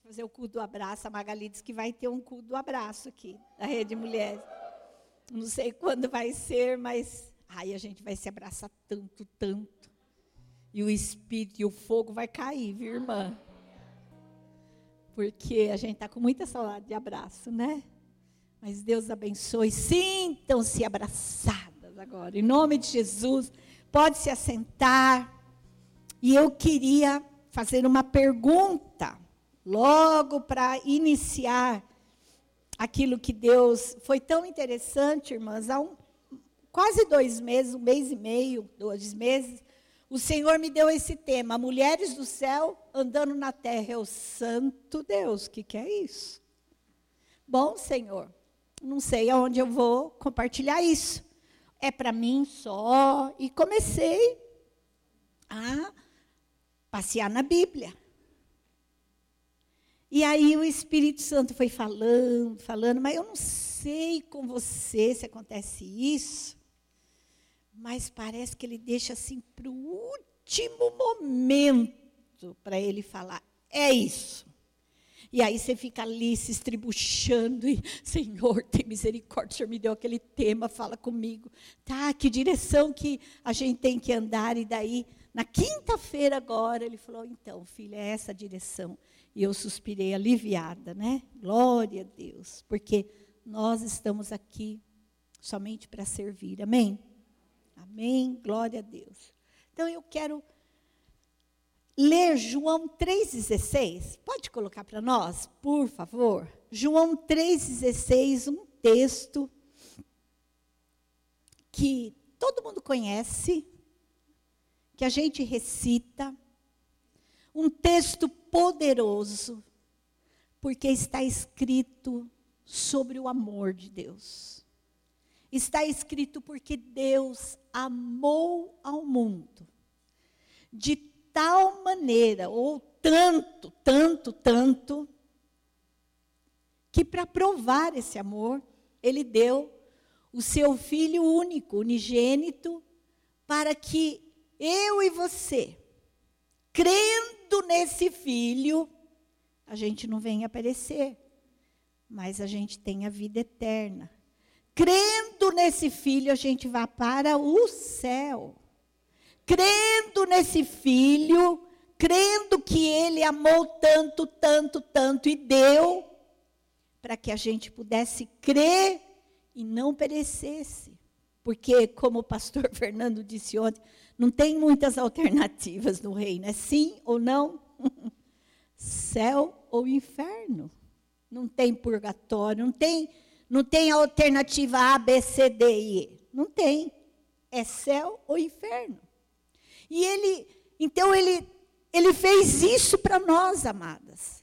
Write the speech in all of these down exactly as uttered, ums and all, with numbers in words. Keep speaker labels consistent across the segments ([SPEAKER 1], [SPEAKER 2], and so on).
[SPEAKER 1] fazer o culto do abraço. A Magali disse que vai ter um culto do abraço aqui, da Rede Mulheres. Não sei quando vai ser, mas ai, a gente vai se abraçar tanto, tanto. E o Espírito e o fogo vai cair, viu, irmã? Porque a gente está com muita saudade de abraço, né? Mas Deus abençoe. Sintam-se abraçadas agora. Em nome de Jesus, pode se assentar. E eu queria fazer uma pergunta, logo para iniciar aquilo que Deus... Foi tão interessante, irmãs, há um, quase dois meses, um mês e meio, dois meses, o Senhor me deu esse tema, mulheres do céu andando na terra. Eu, santo Deus, o que, que é isso? Bom, Senhor, não sei aonde eu vou compartilhar isso. É para mim só. E comecei a passear na Bíblia. E aí o Espírito Santo foi falando, falando, mas eu não sei com você se acontece isso, mas parece que ele deixa assim para o último momento para ele falar, é isso. E aí você fica ali se estribuchando e, Senhor, tem misericórdia, o Senhor me deu aquele tema, fala comigo. Tá, que direção que a gente tem que andar? E daí, na quinta-feira agora, ele falou, então, filha, é essa a direção. E eu suspirei aliviada, né? Glória a Deus, porque nós estamos aqui somente para servir, amém? Amém, glória a Deus. Então, eu quero ler João três dezesseis, pode colocar para nós, por favor? João três dezesseis, um texto que todo mundo conhece, que a gente recita, um texto poderoso, porque está escrito sobre o amor de Deus. Está escrito porque Deus amou ao mundo de tal maneira, ou tanto, tanto, tanto, que para provar esse amor, Ele deu o seu Filho único, unigênito, para que eu e você, crendo nesse Filho, a gente não venha perecer, mas a gente tem a vida eterna. Crendo nesse Filho, a gente vai para o céu. Crendo nesse Filho, crendo que Ele amou tanto, tanto, tanto e deu, para que a gente pudesse crer e não perecesse. Porque, como o pastor Fernando disse ontem, não tem muitas alternativas no reino, é sim ou não? Céu ou inferno. Não tem purgatório, não tem, não tem alternativa A, B, C, D e E. Não tem. É céu ou inferno. E ele, então ele, ele fez isso para nós, amadas.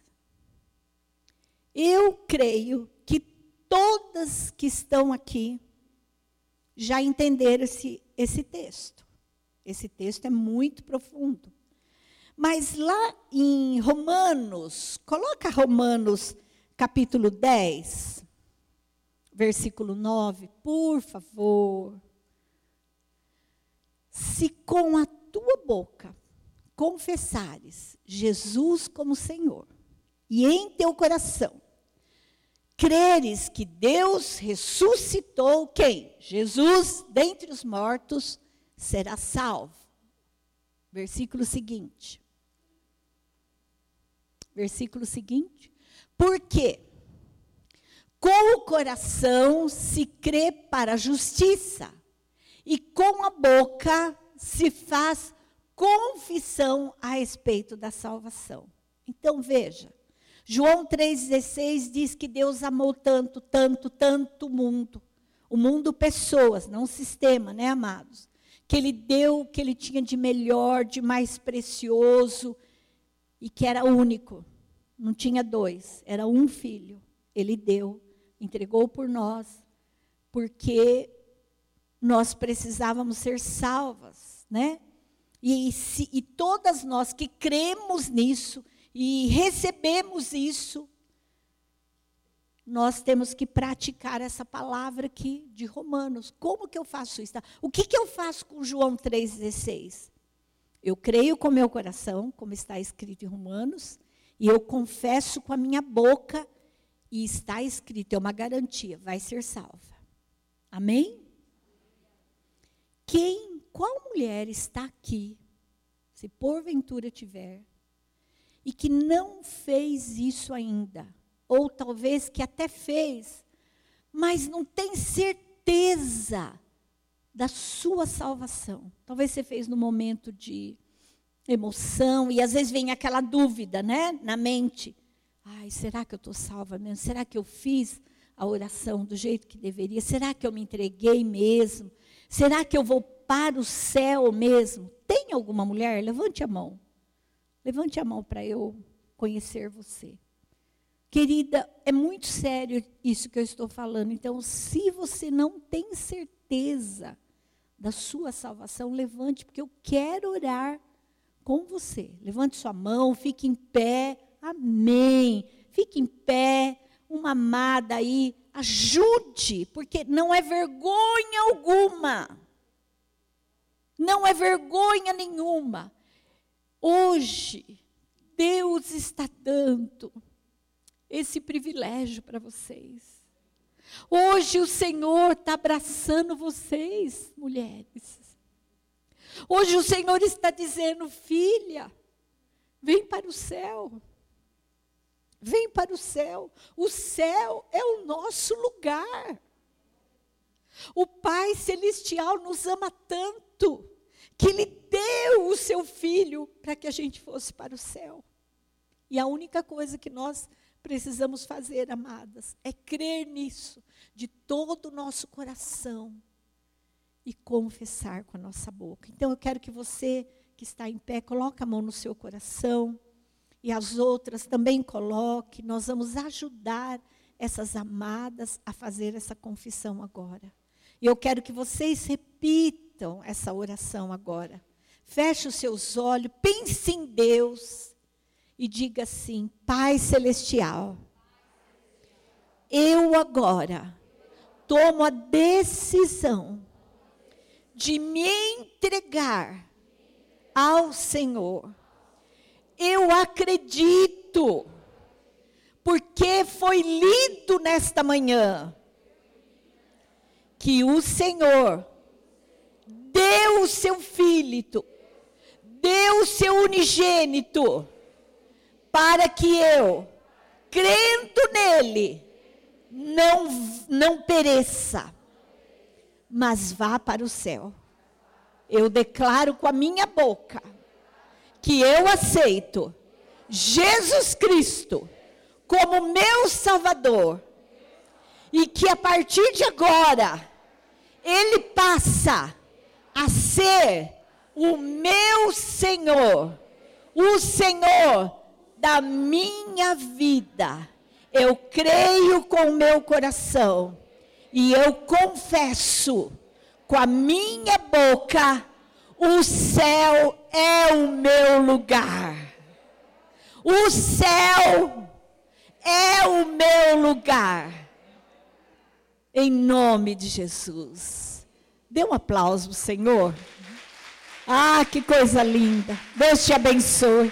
[SPEAKER 1] Eu creio que todas que estão aqui já entenderam esse, esse texto. Esse texto é muito profundo. Mas lá em Romanos, coloca Romanos capítulo dez, versículo nove, por favor. Se com a tua boca confessares Jesus como Senhor, e em teu coração creres que Deus ressuscitou quem? Jesus dentre os mortos, será salvo. Versículo seguinte. Versículo seguinte. Porque com o coração se crê para a justiça, e com a boca se faz confissão a respeito da salvação. Então, veja, João três dezesseis diz que Deus amou tanto, tanto, tanto o mundo. O mundo, pessoas, não sistema, né, amados? Que Ele deu o que Ele tinha de melhor, de mais precioso, e que era único. Não tinha dois, era um filho. Ele deu, entregou por nós, porque nós precisávamos ser salvas, né? E, se, e todas nós que cremos nisso e recebemos isso, nós temos que praticar essa palavra aqui de Romanos. Como que eu faço isso? O que, que eu faço com João três dezesseis? Eu creio com meu coração, como está escrito em Romanos, E eu confesso com a minha boca, e está escrito, é uma garantia, vai ser salva. Amém? Quem, qual mulher está aqui, se porventura tiver, e que não fez isso ainda, ou talvez que até fez, mas não tem certeza da sua salvação. Talvez você fez no momento de emoção, e às vezes vem aquela dúvida, né, na mente. Ai, será que eu estou salva mesmo? Será que eu fiz a oração do jeito que deveria? Será que eu me entreguei mesmo? Será que eu vou para o céu mesmo? Tem alguma mulher? Levante a mão. Levante a mão para eu conhecer você. Querida, é muito sério isso que eu estou falando. Então, se você não tem certeza da sua salvação, levante, porque eu quero orar com você. Levante sua mão, fique em pé. Amém. Fique em pé. Uma amada aí, ajude, porque não é vergonha alguma. Não é vergonha nenhuma. Hoje, Deus está dando esse privilégio para vocês. Hoje o Senhor está abraçando vocês, mulheres. Hoje o Senhor está dizendo, filha, vem para o céu. Vem para o céu. O céu é o nosso lugar. O Pai Celestial nos ama tanto, que Ele deu o seu Filho para que a gente fosse para o céu. E a única coisa que nós precisamos fazer, amadas, é crer nisso, de todo o nosso coração, e confessar com a nossa boca. Então eu quero que você que está em pé, coloque a mão no seu coração, e as outras também coloque. Nós vamos ajudar essas amadas a fazer essa confissão agora. E eu quero que vocês repitam essa oração agora. Feche os seus olhos, pense em Deus e diga assim, Pai Celestial, eu agora tomo a decisão de me entregar ao Senhor. Eu acredito, porque foi lido nesta manhã, que o Senhor deu o seu Filho, deu o seu unigênito, para que eu, crendo nele, não, não pereça, mas vá para o céu. Eu declaro com a minha boca, que eu aceito Jesus Cristo como meu Salvador, e que a partir de agora, Ele passa a ser o meu Senhor, o Senhor da minha vida. Eu creio com o meu coração, e eu confesso com a minha boca, o céu é o meu lugar. O céu é o meu lugar. Em nome de Jesus. Dê um aplauso, Senhor. Ah, que coisa linda. Deus te abençoe.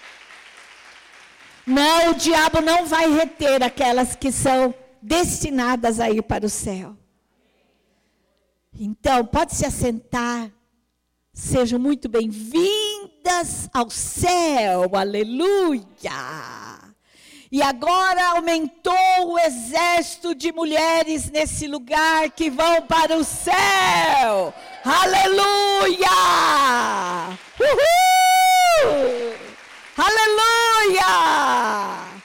[SPEAKER 1] Não, o diabo não vai reter aquelas que são destinadas a ir para o céu. Então, pode se assentar. Sejam muito bem-vindas ao céu, aleluia! E agora aumentou o exército de mulheres nesse lugar que vão para o céu, aleluia! Uhul! Aleluia!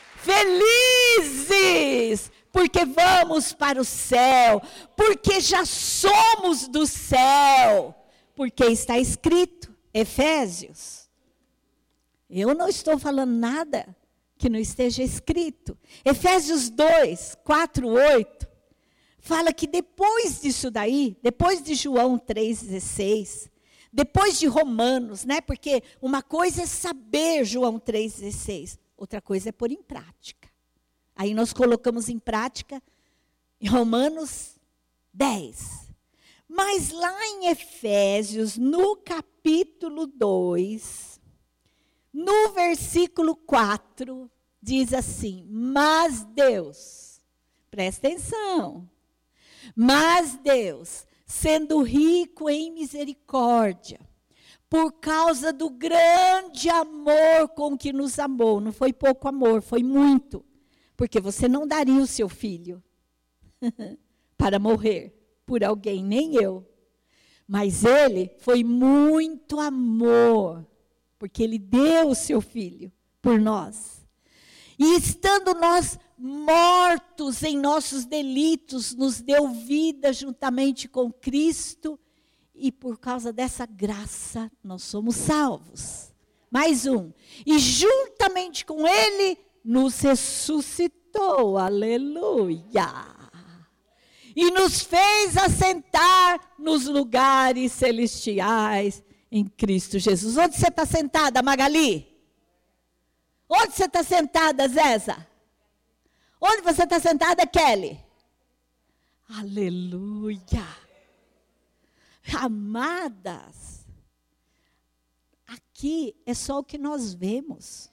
[SPEAKER 1] Felizes! Porque vamos para o céu, porque já somos do céu. Porque está escrito, Efésios. Eu não estou falando nada que não esteja escrito. Efésios dois, quatro, oito, fala que depois disso daí, depois de João três, dezesseis, depois de Romanos, né? Porque uma coisa é saber João três, dezesseis, outra coisa é pôr em prática. Aí nós colocamos em prática Romanos dez. Mas lá em Efésios, no capítulo dois, No versículo quatro, diz assim: mas Deus, presta atenção, mas Deus, sendo rico em misericórdia, por causa do grande amor com que nos amou, não foi pouco amor, foi muito, porque você não daria o seu filho para morrer por alguém, nem eu. Mas ele foi muito amor, porque ele deu o seu filho por nós. E estando nós mortos em nossos delitos, nos deu vida juntamente com Cristo, e por causa dessa graça nós somos salvos. Mais um. E juntamente com ele nos ressuscitou, aleluia. E nos fez assentar nos lugares celestiais em Cristo Jesus. Onde você está sentada, Magali? Onde você está sentada, Zéza? Onde você está sentada, Kelly? Aleluia. Amadas, aqui é só o que nós vemos.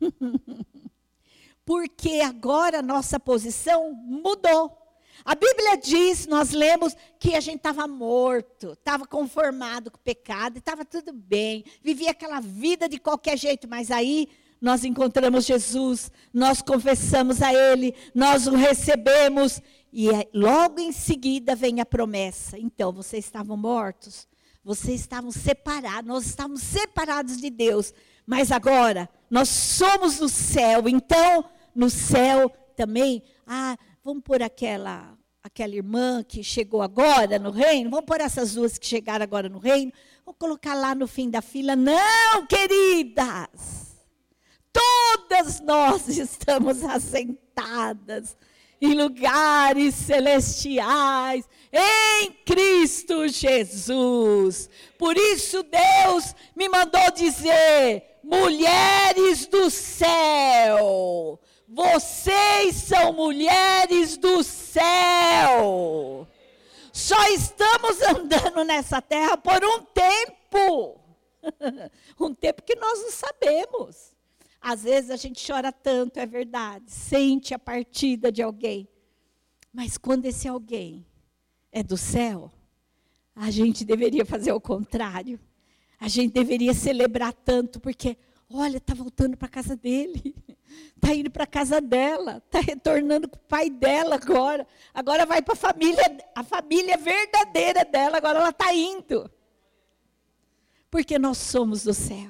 [SPEAKER 1] Porque agora a nossa posição mudou. A Bíblia diz, nós lemos, que a gente estava morto, estava conformado com o pecado, estava tudo bem, vivia aquela vida de qualquer jeito, mas aí nós encontramos Jesus, nós confessamos a Ele, nós o recebemos, e logo em seguida vem a promessa. Então, vocês estavam mortos, vocês estavam separados, nós estávamos separados de Deus, mas agora nós somos no céu. Então, no céu também, ah, vamos pôr aquela, aquela irmã que chegou agora no reino, vamos pôr essas duas que chegaram agora no reino, vamos colocar lá no fim da fila. Não, queridas, todas nós estamos assentadas em lugares celestiais, em Cristo Jesus. Por isso Deus me mandou dizer: mulheres do céu, vocês são mulheres do céu. Só estamos andando nessa terra por um tempo. Um tempo que nós não sabemos. Às vezes a gente chora tanto, é verdade, sente a partida de alguém. Mas quando esse alguém é do céu, a gente deveria fazer o contrário. A gente deveria celebrar tanto, porque, olha, está voltando para a casa dele, está indo para a casa dela, está retornando com o pai dela agora. Agora vai para a família, a família verdadeira dela, agora ela está indo. Porque nós somos do céu.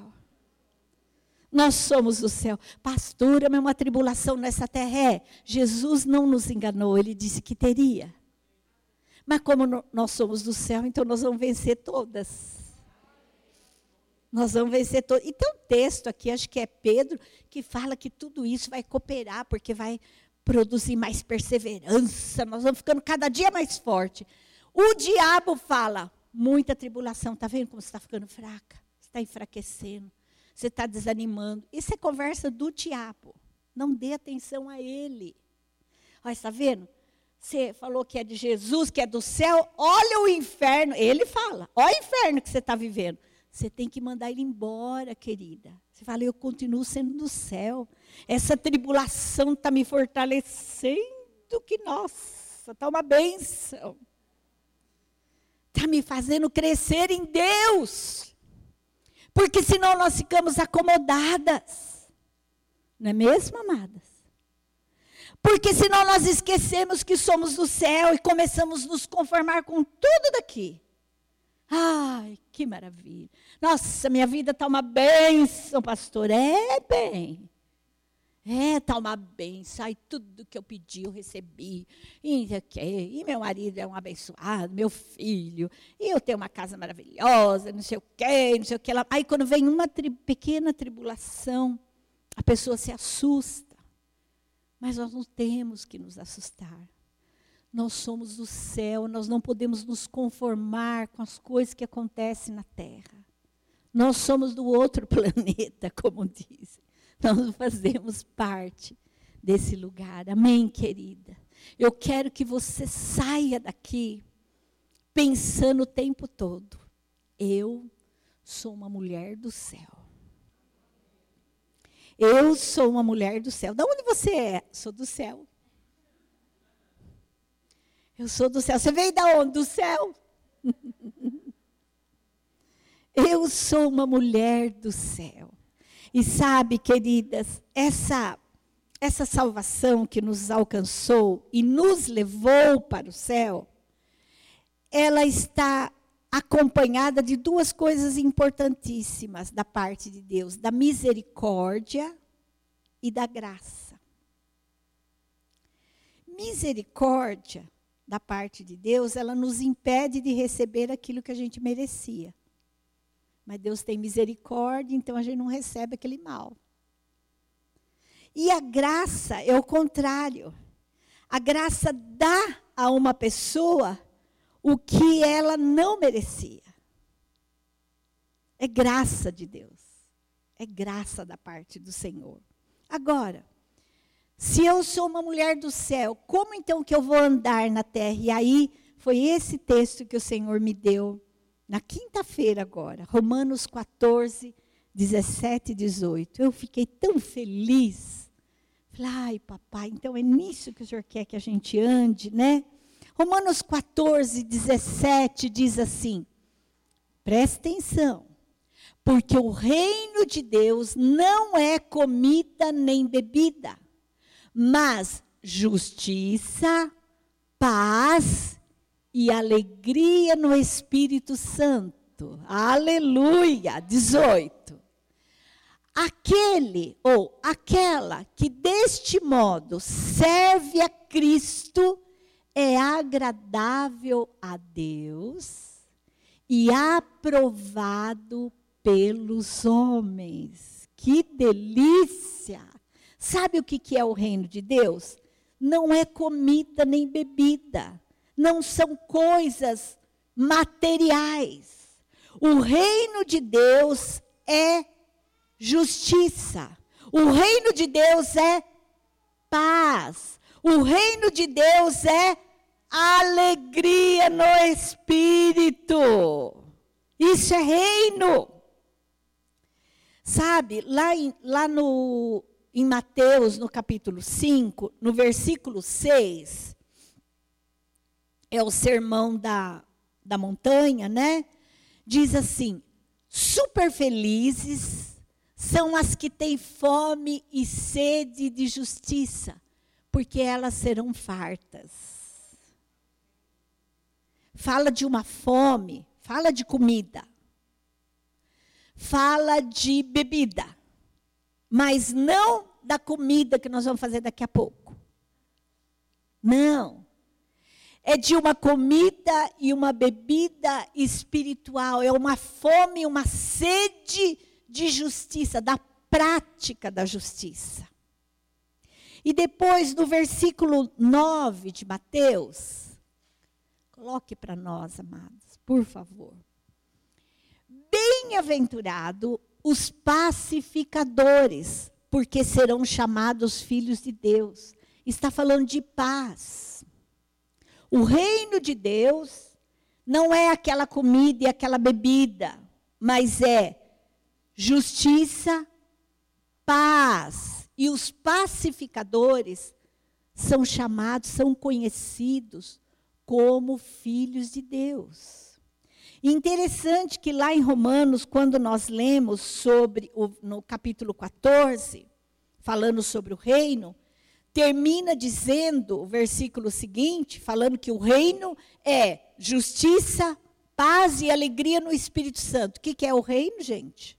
[SPEAKER 1] Nós somos do céu. Pastora, mas uma tribulação nessa terra é. Jesus não nos enganou, ele disse que teria. Mas como no, nós somos do céu, então nós vamos vencer todas. Nós vamos vencer todas. E tem um texto aqui, acho que é Pedro, que fala que tudo isso vai cooperar, porque vai produzir mais perseverança. Nós vamos ficando cada dia mais forte. O diabo fala, muita tribulação, está vendo como você está ficando fraca? Você está enfraquecendo. Você está desanimando. Isso é conversa do diabo. Não dê atenção a ele. Olha, está vendo? Você falou que é de Jesus, que é do céu. Olha o inferno. Ele fala. Olha o inferno que você está vivendo. Você tem que mandar ele embora, querida. Você fala, eu continuo sendo do céu. Essa tribulação está me fortalecendo. Que, nossa, está uma bênção. Está me fazendo crescer em Deus. Porque senão nós ficamos acomodadas. Não é mesmo, amadas? Porque senão nós esquecemos que somos do céu e começamos a nos conformar com tudo daqui. Ai, que maravilha. Nossa, minha vida está uma bênção, pastor. É bem. É, está uma bênção. Ai, tudo que eu pedi, eu recebi. E, e meu marido é um abençoado, meu filho. E eu tenho uma casa maravilhosa, não sei o quê, não sei o que lá. Aí, quando vem uma tri- pequena tribulação, a pessoa se assusta. Mas nós não temos que nos assustar. Nós somos do céu, nós não podemos nos conformar com as coisas que acontecem na terra. Nós somos do outro planeta, como dizem. Nós fazemos parte desse lugar. Amém, querida? Eu quero que você saia daqui pensando o tempo todo. Eu sou uma mulher do céu. Eu sou uma mulher do céu. De onde você é? Sou do céu. Eu sou do céu. Você veio da onde? Do céu. Eu sou uma mulher do céu. E sabe, queridas, essa, essa salvação que nos alcançou e nos levou para o céu, ela está acompanhada de duas coisas importantíssimas da parte de Deus, da misericórdia e da graça. Misericórdia da parte de Deus, ela nos impede de receber aquilo que a gente merecia. Mas Deus tem misericórdia, então a gente não recebe aquele mal. E a graça é o contrário. A graça dá a uma pessoa o que ela não merecia. É graça de Deus. É graça da parte do Senhor. Agora, se eu sou uma mulher do céu, como então que eu vou andar na terra? E aí, foi esse texto que o Senhor me deu na quinta-feira agora. Romanos quatorze, dezessete e dezoito. Eu fiquei tão feliz. Falei, ai, papai, então é nisso que o Senhor quer que a gente ande, né? Romanos quatorze, dezessete diz assim, presta atenção, porque o reino de Deus não é comida nem bebida, mas justiça, paz e alegria no Espírito Santo. Aleluia! dezoito. Aquele ou aquela que deste modo serve a Cristo é agradável a Deus e aprovado pelos homens. Que delícia! Sabe o que é o reino de Deus? Não é comida nem bebida. Não são coisas materiais. O reino de Deus é justiça. O reino de Deus é paz. O reino de Deus é alegria no Espírito. Isso é reino. Sabe, lá, em, lá no, em Mateus, no capítulo cinco, no versículo seis, é o sermão da, da montanha, né? Diz assim, super felizes são as que têm fome e sede de justiça, porque elas serão fartas. Fala de uma fome, fala de comida, fala de bebida, mas não da comida que nós vamos fazer daqui a pouco. Não. É de uma comida e uma bebida espiritual, é uma fome, uma sede de justiça, da prática da justiça. E depois, no versículo nove de Mateus, coloque para nós, amados, por favor. Bem-aventurado os pacificadores, porque serão chamados filhos de Deus. Está falando de paz. O reino de Deus não é aquela comida e aquela bebida, mas é justiça, paz. E os pacificadores são chamados, são conhecidos como filhos de Deus. Interessante que lá em Romanos, quando nós lemos sobre, o, no capítulo quatorze, falando sobre o reino, termina dizendo o versículo seguinte, falando que o reino é justiça, paz e alegria no Espírito Santo. O que, que é o reino, gente?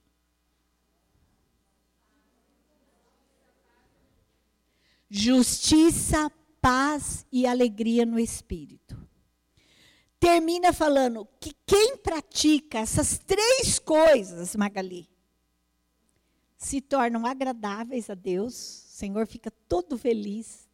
[SPEAKER 1] Justiça, paz e alegria no Espírito. Termina falando que quem pratica essas três coisas, Magali, se tornam agradáveis a Deus, o Senhor fica todo feliz.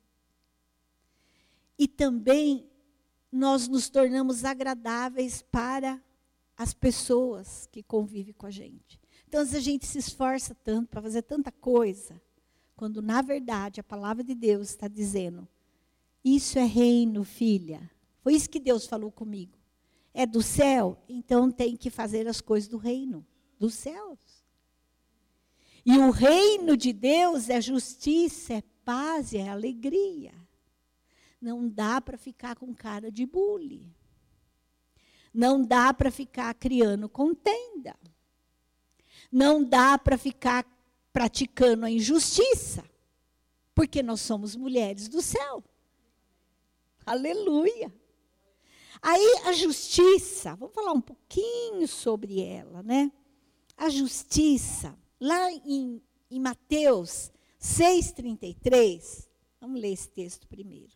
[SPEAKER 1] E também nós nos tornamos agradáveis para as pessoas que convivem com a gente. Então, a gente se esforça tanto para fazer tanta coisa, quando, na verdade, a palavra de Deus está dizendo, isso é reino, filha. Foi isso que Deus falou comigo. É do céu, então tem que fazer as coisas do reino, dos céus. E o reino de Deus é justiça, é paz e é alegria. Não dá para ficar com cara de bullying. Não dá para ficar criando contenda. Não dá para ficar praticando a injustiça. Porque nós somos mulheres do céu. Aleluia. Aí a justiça, vamos falar um pouquinho sobre ela, né? A justiça, lá em, em Mateus seis, trinta e três, vamos ler esse texto primeiro.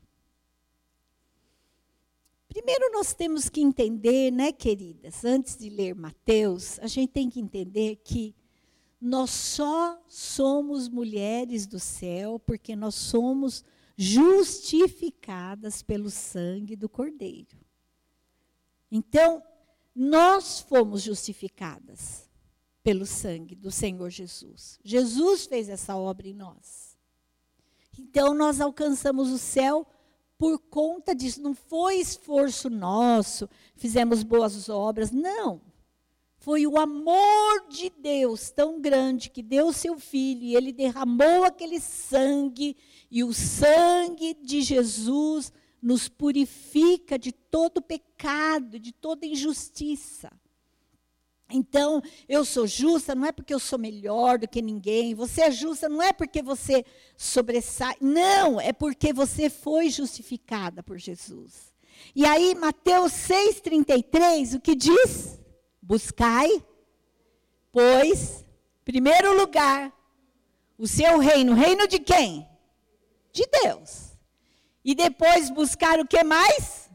[SPEAKER 1] Primeiro nós temos que entender, né, queridas, antes de ler Mateus, a gente tem que entender que nós só somos mulheres do céu porque nós somos justificadas pelo sangue do Cordeiro. Então, nós fomos justificadas pelo sangue do Senhor Jesus. Jesus fez essa obra em nós. Então, nós alcançamos o céu por conta disso. Não foi esforço nosso, fizemos boas obras, não. Foi o amor de Deus tão grande que deu seu Filho e Ele derramou aquele sangue, e o sangue de Jesus nos purifica de todo pecado, de toda injustiça. Então, eu sou justa, não é porque eu sou melhor do que ninguém. Você é justa, não é porque você sobressai. Não, é porque você foi justificada por Jesus. E aí, Mateus seis, trinta e três, o que diz? Buscai, pois, primeiro lugar, o seu reino. Reino de quem? De Deus. E depois buscar o que mais?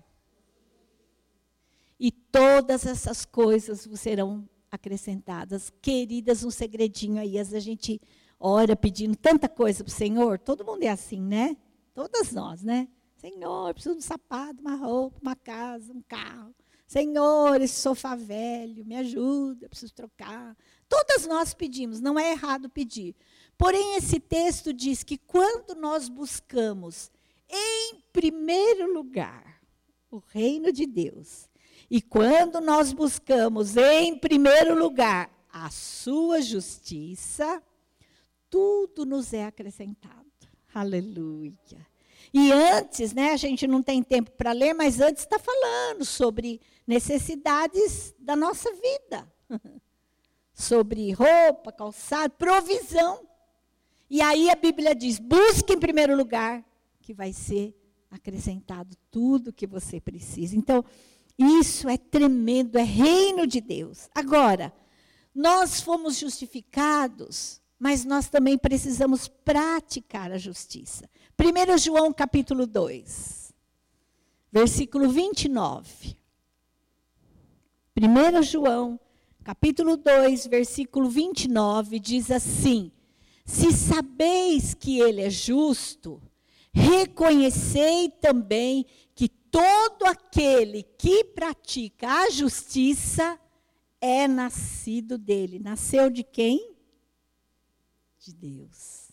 [SPEAKER 1] E todas essas coisas vos serão acrescentadas. Queridas, um segredinho aí, às vezes a gente ora pedindo tanta coisa para o Senhor. Todo mundo é assim, né? Todas nós, né? Senhor, eu preciso de um sapato, uma roupa, uma casa, um carro. Senhor, esse sofá velho, me ajuda, eu preciso trocar. Todas nós pedimos, não é errado pedir. Porém, esse texto diz que quando nós buscamos, em primeiro lugar, o reino de Deus, e quando nós buscamos, em primeiro lugar, a sua justiça, tudo nos é acrescentado. Aleluia. E antes, né, a gente não tem tempo para ler, mas antes está falando sobre necessidades da nossa vida. Sobre roupa, calçado, provisão. E aí a Bíblia diz, busque em primeiro lugar, que vai ser acrescentado tudo que você precisa. Então, isso é tremendo, é reino de Deus. Agora, nós fomos justificados, mas nós também precisamos praticar a justiça. primeiro João capítulo dois, versículo vinte e nove. primeiro João capítulo dois, versículo vinte e nove, diz assim: se sabeis que ele é justo, reconhecei também que todo aquele que pratica a justiça é nascido dele. Nasceu de quem? De Deus.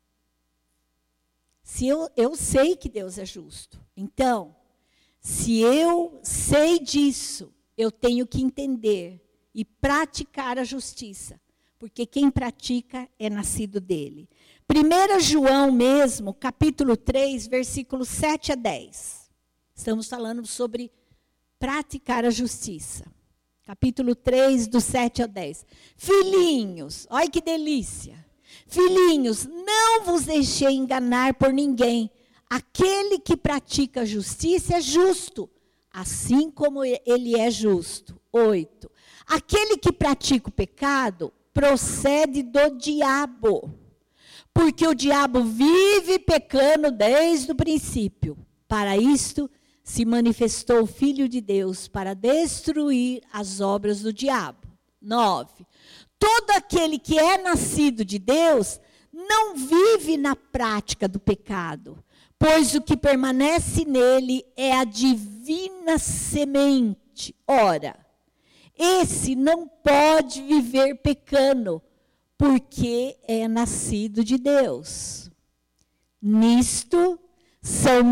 [SPEAKER 1] Se eu, eu sei que Deus é justo, então, se eu sei disso, eu tenho que entender e praticar a justiça, porque quem pratica é nascido dele. primeiro João mesmo, capítulo três, versículos sete a dez. Estamos falando sobre praticar a justiça. Capítulo três, do sete ao dez. Filhinhos, olha que delícia. Filhinhos, não vos deixei enganar por ninguém. Aquele que pratica a justiça é justo, assim como ele é justo. oito. Aquele que pratica o pecado procede do diabo, porque o diabo vive pecando desde o princípio. Para isto se manifestou o Filho de Deus, para destruir as obras do diabo. nove. Todo aquele que é nascido de Deus não vive na prática do pecado, pois o que permanece nele é a divina semente. Ora, esse não pode viver pecando, porque é nascido de Deus. Nisto são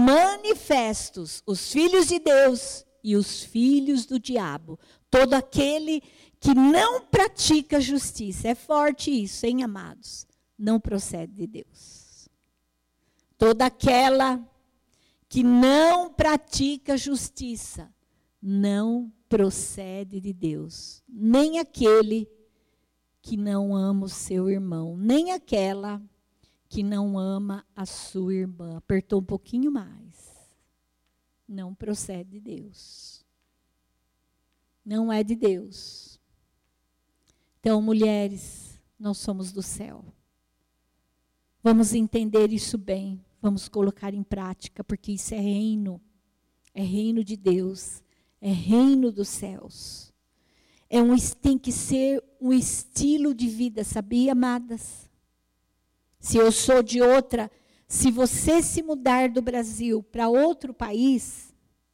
[SPEAKER 1] manifestos os filhos de Deus e os filhos do diabo. Todo aquele que não pratica justiça, é forte isso, hein, amados? Não procede de Deus. Toda aquela que não pratica justiça, não procede de Deus. Nem aquele que não ama o seu irmão, nem aquela que não ama a sua irmã. Apertou um pouquinho mais. Não procede de Deus. Não é de Deus. Então, mulheres, nós somos do céu. Vamos entender isso bem. Vamos colocar em prática, porque isso é reino. É reino de Deus. É reino dos céus. É um, tem que ser um estilo de vida, sabia, amadas? Se eu sou de outra, se você se mudar do Brasil para outro país,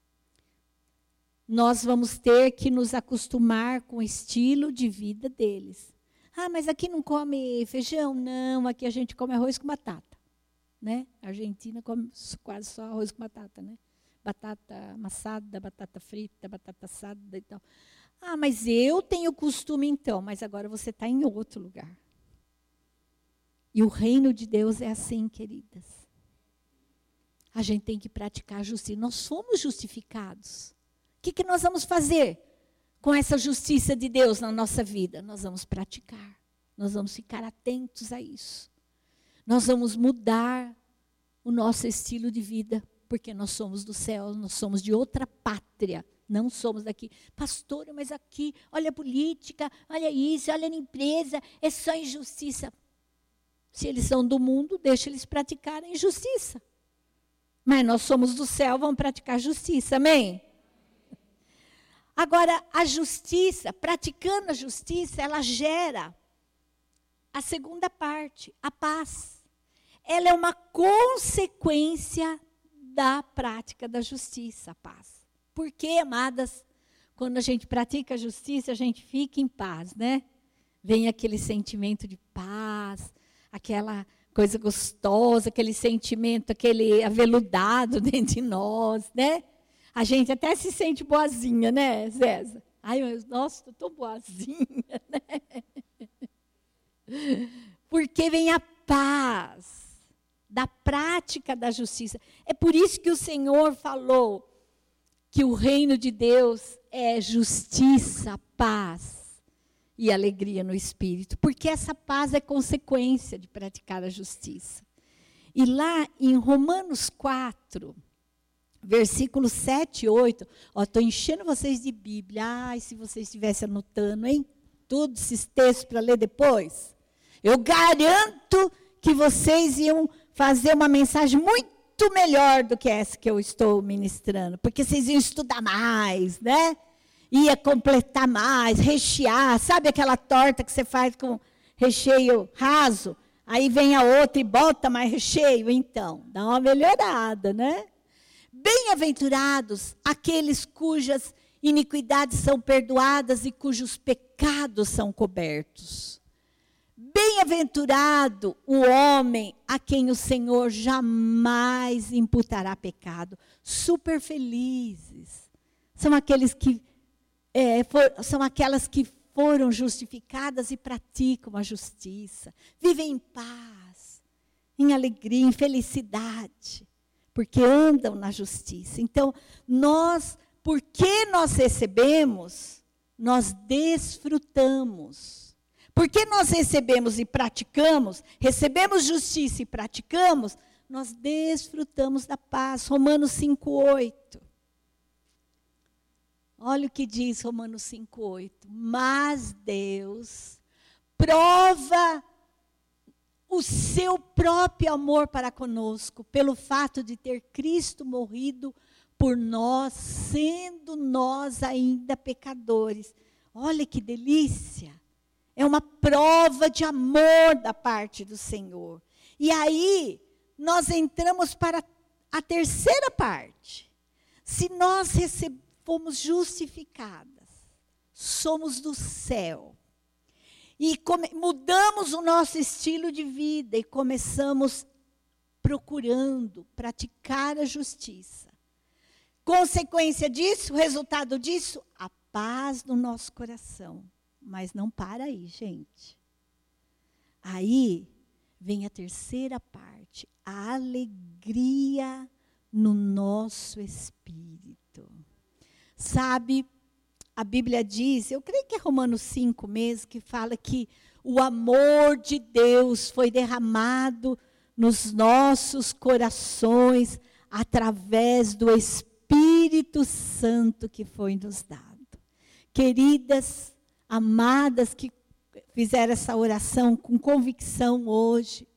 [SPEAKER 1] nós vamos ter que nos acostumar com o estilo de vida deles. Ah, mas aqui não come feijão? Não, aqui a gente come arroz com batata. Né? A Argentina come quase só arroz com batata, né? Batata amassada, batata frita, batata assada e tal. Ah, mas eu tenho costume então, mas agora você está em outro lugar. E o reino de Deus é assim, queridas. A gente tem que praticar a justiça. Nós somos justificados. O que, que nós vamos fazer com essa justiça de Deus na nossa vida? Nós vamos praticar. Nós vamos ficar atentos a isso. Nós vamos mudar o nosso estilo de vida, porque nós somos do céu, nós somos de outra pátria. Não somos daqui. Pastor, mas aqui, olha a política, olha isso, olha a empresa, é só injustiça. Se eles são do mundo, deixa eles praticarem justiça. Mas nós somos do céu, vamos praticar justiça, amém? Agora, a justiça, praticando a justiça, ela gera a segunda parte, a paz. Ela é uma consequência da prática da justiça, a paz. Porque, amadas, quando a gente pratica a justiça, a gente fica em paz, né? Vem aquele sentimento de paz, aquela coisa gostosa, aquele sentimento, aquele aveludado dentro de nós, né? A gente até se sente boazinha, né, César? Ai, eu, nossa, estou tão boazinha, né? Porque vem a paz da prática da justiça. É por isso que o Senhor falou que o reino de Deus é justiça, paz e alegria no Espírito. Porque essa paz é consequência de praticar a justiça. E lá em Romanos quatro, versículos sete e oito, estou enchendo vocês de Bíblia. Ai, se vocês estivessem anotando, hein? Todos esses textos para ler depois. Eu garanto que vocês iam fazer uma mensagem muito melhor do que essa que eu estou ministrando. Porque vocês iam estudar mais, né? Ia completar mais, rechear. Sabe aquela torta que você faz com recheio raso? Aí vem a outra e bota mais recheio. Então, dá uma melhorada, né? Bem-aventurados aqueles cujas iniquidades são perdoadas e cujos pecados são cobertos. Bem-aventurado o homem a quem o Senhor jamais imputará pecado. Super felizes. São aqueles que é, for, são aquelas que foram justificadas e praticam a justiça. Vivem em paz, em alegria, em felicidade, porque andam na justiça. Então, nós, porque nós recebemos, nós desfrutamos. Porque nós recebemos e praticamos, recebemos justiça e praticamos, nós desfrutamos da paz. Romanos cinco, oito. Olha o que diz Romanos cinco, oito. Mas Deus prova o seu próprio amor para conosco, pelo fato de ter Cristo morrido por nós, sendo nós ainda pecadores. Olha que delícia! É uma prova de amor da parte do Senhor. E aí, nós entramos para a terceira parte. Se nós recebemos, fomos justificadas, somos do céu, e come, mudamos o nosso estilo de vida e começamos procurando praticar a justiça. Consequência disso, resultado disso, a paz no nosso coração. Mas não para aí, gente. Aí vem a terceira parte, a alegria no nosso espírito. Sabe, a Bíblia diz, eu creio que é Romanos cinco mesmo, que fala que o amor de Deus foi derramado nos nossos corações através do Espírito Santo que foi nos dado. Queridas, amadas que fizeram essa oração com convicção hoje,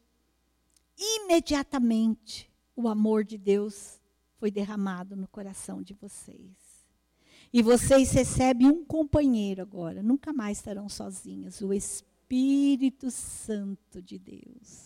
[SPEAKER 1] imediatamente o amor de Deus foi derramado no coração de vocês. E vocês recebem um companheiro agora, nunca mais estarão sozinhas, o Espírito Santo de Deus.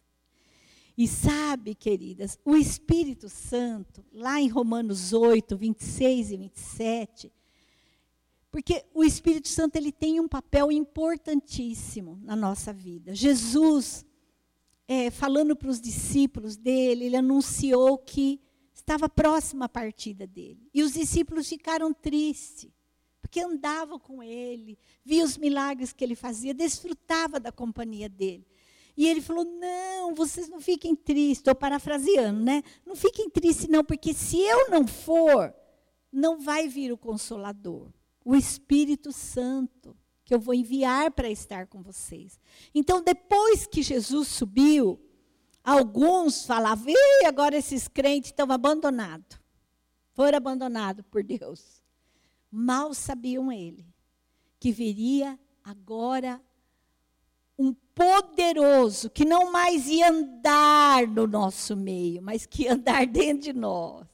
[SPEAKER 1] E sabe, queridas, o Espírito Santo, lá em Romanos oito, vinte e seis e vinte e sete, porque o Espírito Santo ele tem um papel importantíssimo na nossa vida. Jesus, é, falando para os discípulos dele, ele anunciou que estava próxima a partida dele. E os discípulos ficaram tristes, porque andavam com ele, viam os milagres que ele fazia, desfrutavam da companhia dele. E ele falou, não, vocês não fiquem tristes, estou parafraseando, né? Não fiquem tristes não, porque se eu não for, não vai vir o Consolador, o Espírito Santo, que eu vou enviar para estar com vocês. Então, depois que Jesus subiu, alguns falavam, e agora esses crentes estão abandonados, foram abandonados por Deus. Mal sabiam ele, que viria agora um poderoso, que não mais ia andar no nosso meio, mas que ia andar dentro de nós.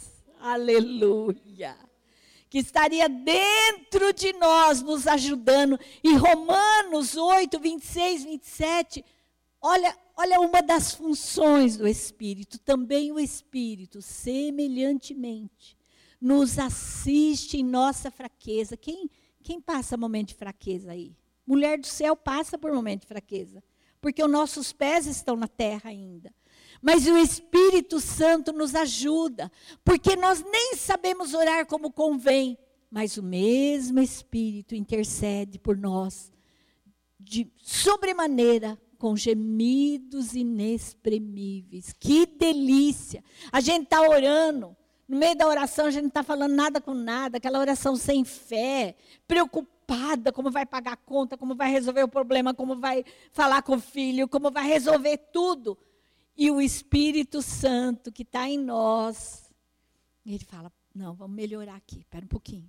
[SPEAKER 1] Aleluia! Que estaria dentro de nós, nos ajudando. E Romanos oito, vinte e seis, vinte e sete, olha, olha uma das funções do Espírito. Também o Espírito, semelhantemente, nos assiste em nossa fraqueza. Quem, quem passa momento de fraqueza aí? Mulher do céu passa por momento de fraqueza, porque os nossos pés estão na terra ainda. Mas o Espírito Santo nos ajuda, porque nós nem sabemos orar como convém, mas o mesmo Espírito intercede por nós, de sobremaneira, com gemidos inexprimíveis. Que delícia! A gente está orando, no meio da oração a gente não está falando nada com nada, aquela oração sem fé, preocupada, como vai pagar a conta, como vai resolver o problema, como vai falar com o filho, como vai resolver tudo. E o Espírito Santo que está em nós, ele fala, não, vamos melhorar aqui, espera um pouquinho.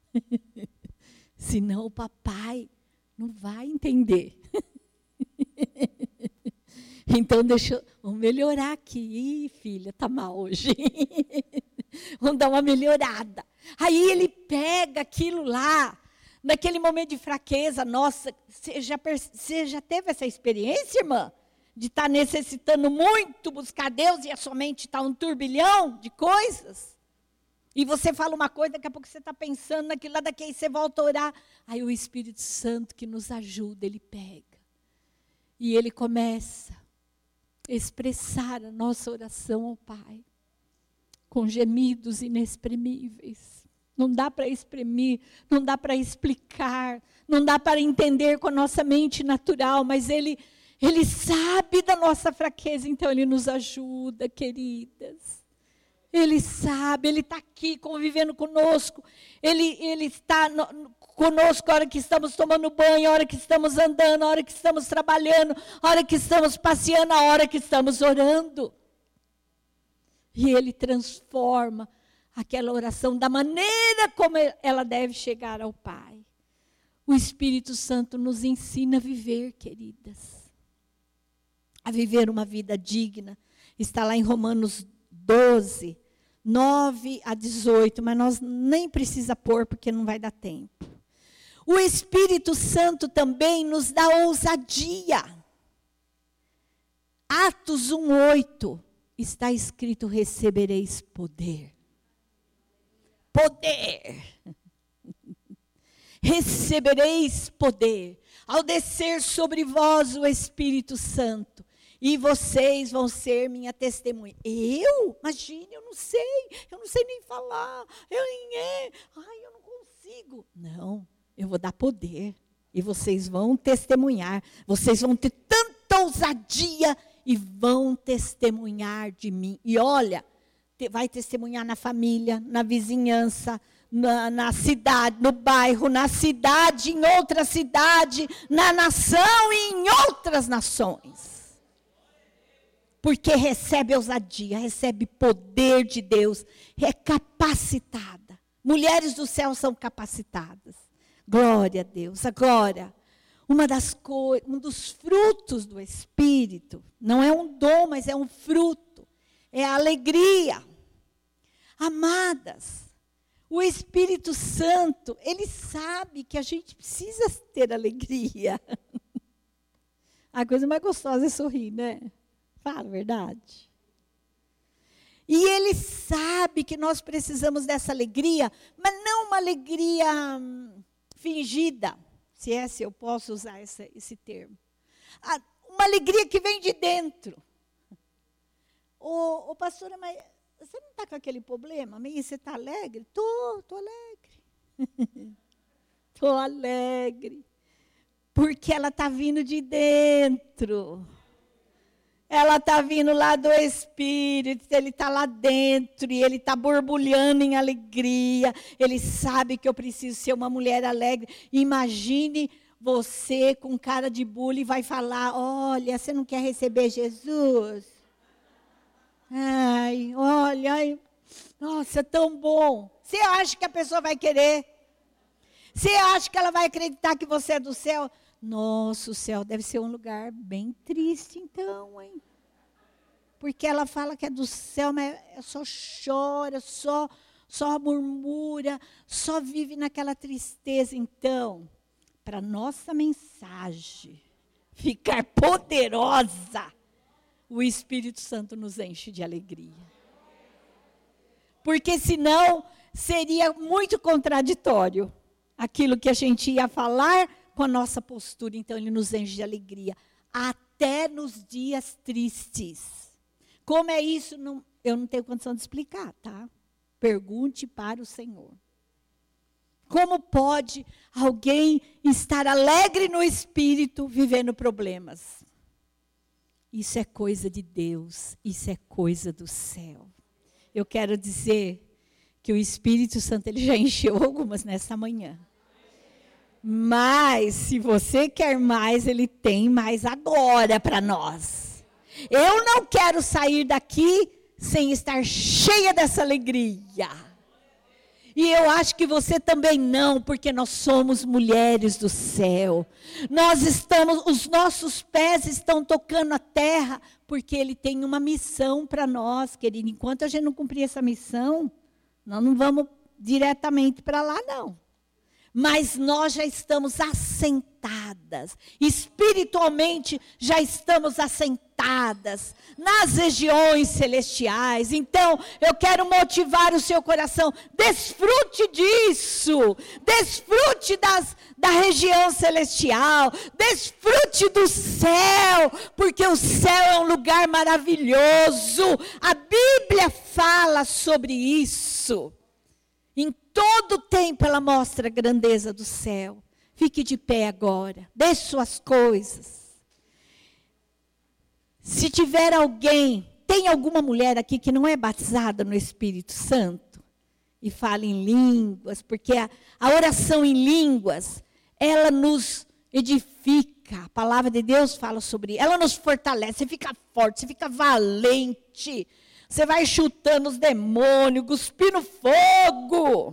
[SPEAKER 1] Senão o papai não vai entender. Então, deixa eu, vamos melhorar aqui. Ih, filha, está mal hoje. Vamos dar uma melhorada. Aí ele pega aquilo lá, naquele momento de fraqueza, nossa, você já, você já teve essa experiência, irmã? De estar tá necessitando muito buscar Deus e a sua mente está um turbilhão de coisas? E você fala uma coisa, daqui a pouco você está pensando naquilo lá, daqui a pouco você volta a orar. Aí o Espírito Santo que nos ajuda, ele pega. E ele começa a expressar a nossa oração ao Pai, com gemidos inexprimíveis. Não dá para exprimir, não dá para explicar, não dá para entender com a nossa mente natural, mas Ele, Ele sabe da nossa fraqueza, então Ele nos ajuda, queridas. Ele sabe, Ele está aqui convivendo conosco, Ele, ele está no, conosco a hora que estamos tomando banho, a hora que estamos andando, a hora que estamos trabalhando, a hora que estamos passeando, a hora que estamos orando. E Ele transforma aquela oração da maneira como ela deve chegar ao Pai. O Espírito Santo nos ensina a viver, queridas. A viver uma vida digna. Está lá em Romanos doze, nove a dezoito, mas nós nem precisa pôr porque não vai dar tempo. O Espírito Santo também nos dá ousadia. Atos um, oito, está escrito, recebereis poder. Poder. Recebereis poder ao descer sobre vós o Espírito Santo, e vocês vão ser minha testemunha. Eu? Imagine, eu não sei, eu não sei nem falar, eu nem é, ai, eu não consigo. Não, eu vou dar poder, E vocês vão testemunhar. Vocês vão ter tanta ousadia e vão testemunhar de mim. E olha, vai testemunhar na família, na vizinhança, na, na cidade, no bairro, na cidade, em outra cidade, na nação e em outras nações. Porque recebe ousadia, recebe poder de Deus, é capacitada. Mulheres do céu são capacitadas. Glória a Deus. Agora, uma das coisas, um dos frutos do Espírito, não é um dom, mas é um fruto, é a alegria. Amadas, o Espírito Santo, ele sabe que a gente precisa ter alegria. A coisa mais gostosa é sorrir, né? Fala a verdade. E ele sabe que nós precisamos dessa alegria, mas não uma alegria hum, fingida, se é, se eu posso usar esse, esse termo. Ah, uma alegria que vem de dentro. Ô, ô pastora, mas você não está com aquele problema? Meio você está alegre? Estou, estou alegre. Estou alegre. Porque ela está vindo de dentro. Ela está vindo lá do Espírito, ele está lá dentro e ele está borbulhando em alegria. Ele sabe que eu preciso ser uma mulher alegre. Imagine você com cara de bullying vai falar, olha, você não quer receber Jesus? Ai, olha, ai, nossa, é tão bom. Você acha que a pessoa vai querer? Você acha que ela vai acreditar que você é do céu? Nossa, o céu deve ser um lugar bem triste então, hein? Porque ela fala que é do céu, mas só chora, só, só murmura, só vive naquela tristeza. Então, para nossa mensagem ficar poderosa, o Espírito Santo nos enche de alegria. Porque senão seria muito contraditório aquilo que a gente ia falar com a nossa postura. Então ele nos enche de alegria, até nos dias tristes. Como é isso? Não, eu não tenho condição de explicar, tá? Pergunte para o Senhor. Como pode alguém estar alegre no espírito vivendo problemas? Isso é coisa de Deus, isso é coisa do céu. Eu quero dizer que o Espírito Santo ele já encheu algumas nessa manhã. Mas, se você quer mais, ele tem mais agora para nós. Eu não quero sair daqui sem estar cheia dessa alegria. E eu acho que você também não, porque nós somos mulheres do céu. Nós estamos, os nossos pés estão tocando a terra, porque ele tem uma missão para nós, querido. Enquanto a gente não cumprir essa missão, nós não vamos diretamente para lá, não. Mas nós já estamos assentadas, espiritualmente já estamos assentadas nas regiões celestiais. Então, eu quero motivar o seu coração, desfrute disso, desfrute das, da região celestial, desfrute do céu, porque o céu é um lugar maravilhoso. A Bíblia fala sobre isso. Em todo tempo ela mostra a grandeza do céu. Fique de pé agora. Deixe suas coisas. Se tiver alguém, tem alguma mulher aqui que não é batizada no Espírito Santo? E fala em línguas, porque a, a oração em línguas, ela nos edifica. A palavra de Deus fala sobre isso. Ela nos fortalece, você fica forte, você fica valente. Você vai chutando os demônios, cuspindo fogo.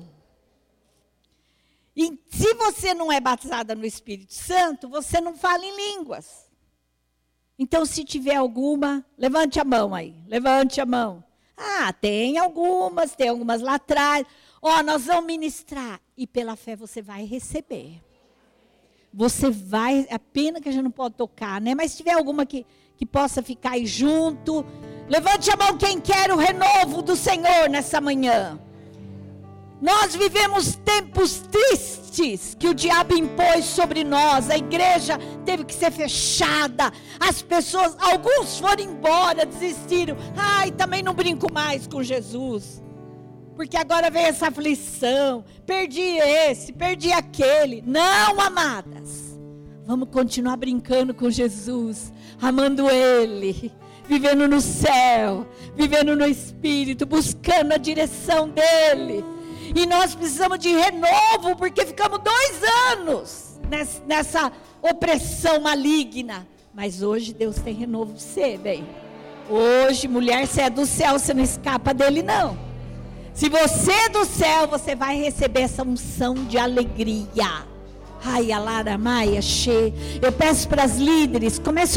[SPEAKER 1] E se você não é batizada no Espírito Santo, você não fala em línguas. Então, se tiver alguma, levante a mão aí. Levante a mão. Ah, tem algumas, tem algumas lá atrás. Ó, oh, nós vamos ministrar. E pela fé você vai receber. Você vai, é pena que a gente não pode tocar, né? Mas se tiver alguma que, que possa ficar aí junto... Levante a mão quem quer o renovo do Senhor nessa manhã. Nós vivemos tempos tristes que o diabo impôs sobre nós. A igreja teve que ser fechada. As pessoas, alguns foram embora, desistiram. Ai, também não brinco mais com Jesus. Porque agora vem essa aflição. Perdi esse, perdi aquele. Não, amadas. Vamos continuar brincando com Jesus, amando Ele, vivendo no céu, vivendo no Espírito, buscando a direção dEle. E nós precisamos de renovo, porque ficamos dois anos nessa opressão maligna. Mas hoje Deus tem renovo para você, bem. Hoje, mulher, você é do céu, você não escapa dele, não. Se você é do céu, você vai receber essa unção de alegria. Ai, alara, maia, che. Eu peço para as líderes, comece